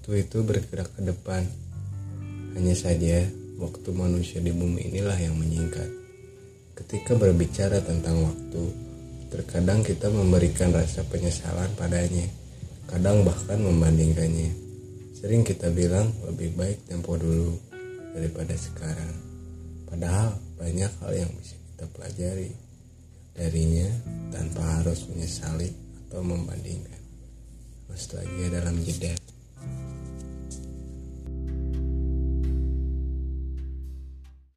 Waktu itu bergerak ke depan. Hanya saja, waktu manusia di bumi inilah yang menyingkat. Ketika berbicara tentang waktu, terkadang kita memberikan rasa penyesalan padanya, kadang bahkan membandingkannya. Sering kita bilang lebih baik tempo dulu daripada sekarang. Padahal banyak hal yang bisa kita pelajari darinya tanpa harus menyesali atau membandingkan. Nostalgia dalam jeda.